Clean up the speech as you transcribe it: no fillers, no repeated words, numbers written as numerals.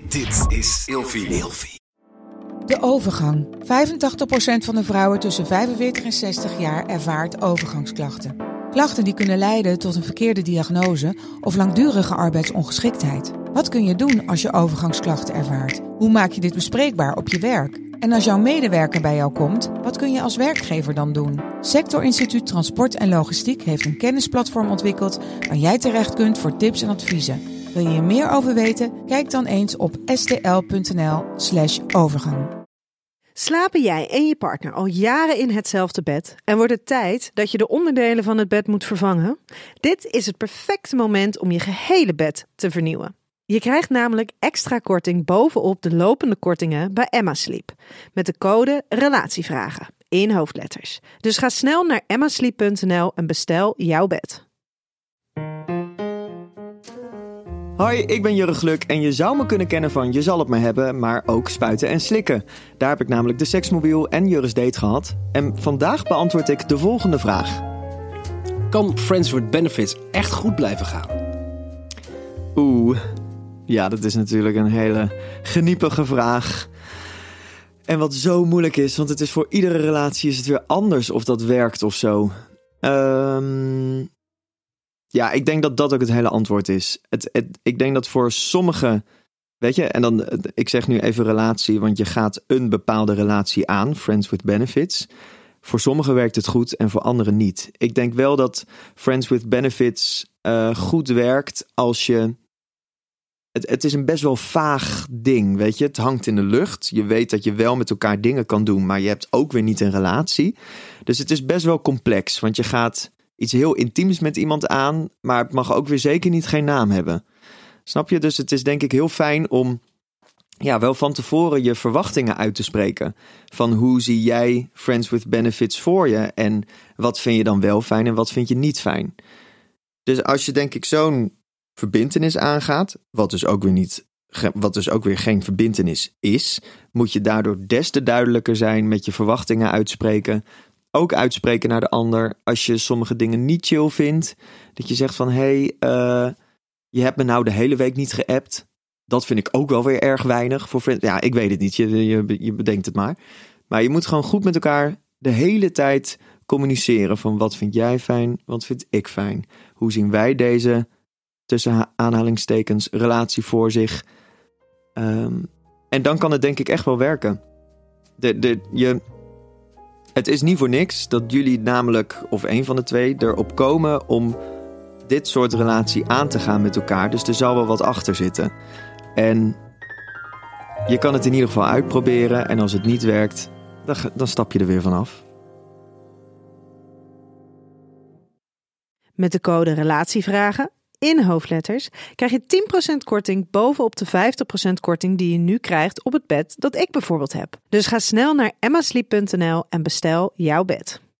Dit is Ilfie. De overgang. 85% van de vrouwen tussen 45 en 60 jaar ervaart overgangsklachten. Klachten die kunnen leiden tot een verkeerde diagnose of langdurige arbeidsongeschiktheid. Wat kun je doen als je overgangsklachten ervaart? Hoe maak je dit bespreekbaar op je werk? En als jouw medewerker bij jou komt, wat kun je als werkgever dan doen? Sectorinstituut Transport en Logistiek heeft een kennisplatform ontwikkeld waar jij terecht kunt voor tips en adviezen. Wil je hier meer over weten? Kijk dan eens op stl.nl/overgang. Slapen jij en je partner al jaren in hetzelfde bed en wordt het tijd dat je de onderdelen van het bed moet vervangen? Dit is het perfecte moment om je gehele bed te vernieuwen. Je krijgt namelijk extra korting bovenop de lopende kortingen bij Emma Sleep. Met de code RELATIEVRAGEN in hoofdletters. Dus ga snel naar emmasleep.nl en bestel jouw bed. Hoi, ik ben Jurre Gluk en je zou me kunnen kennen van Je zal het maar hebben, maar ook Spuiten en Slikken. Daar heb ik namelijk de Seksmobiel en Jurre's Date gehad. En vandaag beantwoord ik de volgende vraag. Kan Friends with Benefits echt goed blijven gaan? Ja, dat is natuurlijk een hele geniepige vraag. En wat zo moeilijk is, want het is voor iedere relatie is het weer anders of dat werkt of zo. Ja, ik denk dat dat ook het hele antwoord is. Ik denk dat voor sommigen, weet je, en dan, ik zeg nu even relatie, want je gaat een bepaalde relatie aan, Friends with Benefits. Voor sommigen werkt het goed en voor anderen niet. Ik denk wel dat Friends with Benefits goed werkt als je... Het is een best wel vaag ding, weet je. Het hangt in de lucht. Je weet dat je wel met elkaar dingen kan doen, maar je hebt ook weer niet een relatie. Dus het is best wel complex, want je gaat iets heel intiems met iemand aan, maar het mag ook weer zeker niet geen naam hebben. Snap je? Dus het is denk ik heel fijn om wel van tevoren je verwachtingen uit te spreken. Van hoe zie jij Friends with Benefits voor je en wat vind je dan wel fijn en wat vind je niet fijn. Dus als je denk ik zo'n verbintenis aangaat, wat dus ook weer geen verbintenis is, moet je daardoor des te duidelijker zijn met je verwachtingen uitspreken. Ook uitspreken naar de ander. Als je sommige dingen niet chill vindt, dat je zegt van je hebt me nou de hele week niet geappt. Dat vind ik ook wel weer erg weinig voor friends. Ja, ik weet het niet. Je bedenkt het maar. Maar je moet gewoon goed met elkaar de hele tijd communiceren van wat vind jij fijn, wat vind ik fijn. Hoe zien wij deze, tussen aanhalingstekens, relatie voor zich. En dan kan het denk ik echt wel werken. Het is niet voor niks dat jullie namelijk, of een van de twee, erop komen om dit soort relatie aan te gaan met elkaar. Dus er zal wel wat achter zitten. En je kan het in ieder geval uitproberen. En als het niet werkt, dan stap je er weer vanaf. Met de code RELATIEVRAGEN in hoofdletters krijg je 10% korting bovenop de 50% korting die je nu krijgt op het bed dat ik bijvoorbeeld heb. Dus ga snel naar emmasleep.nl en bestel jouw bed.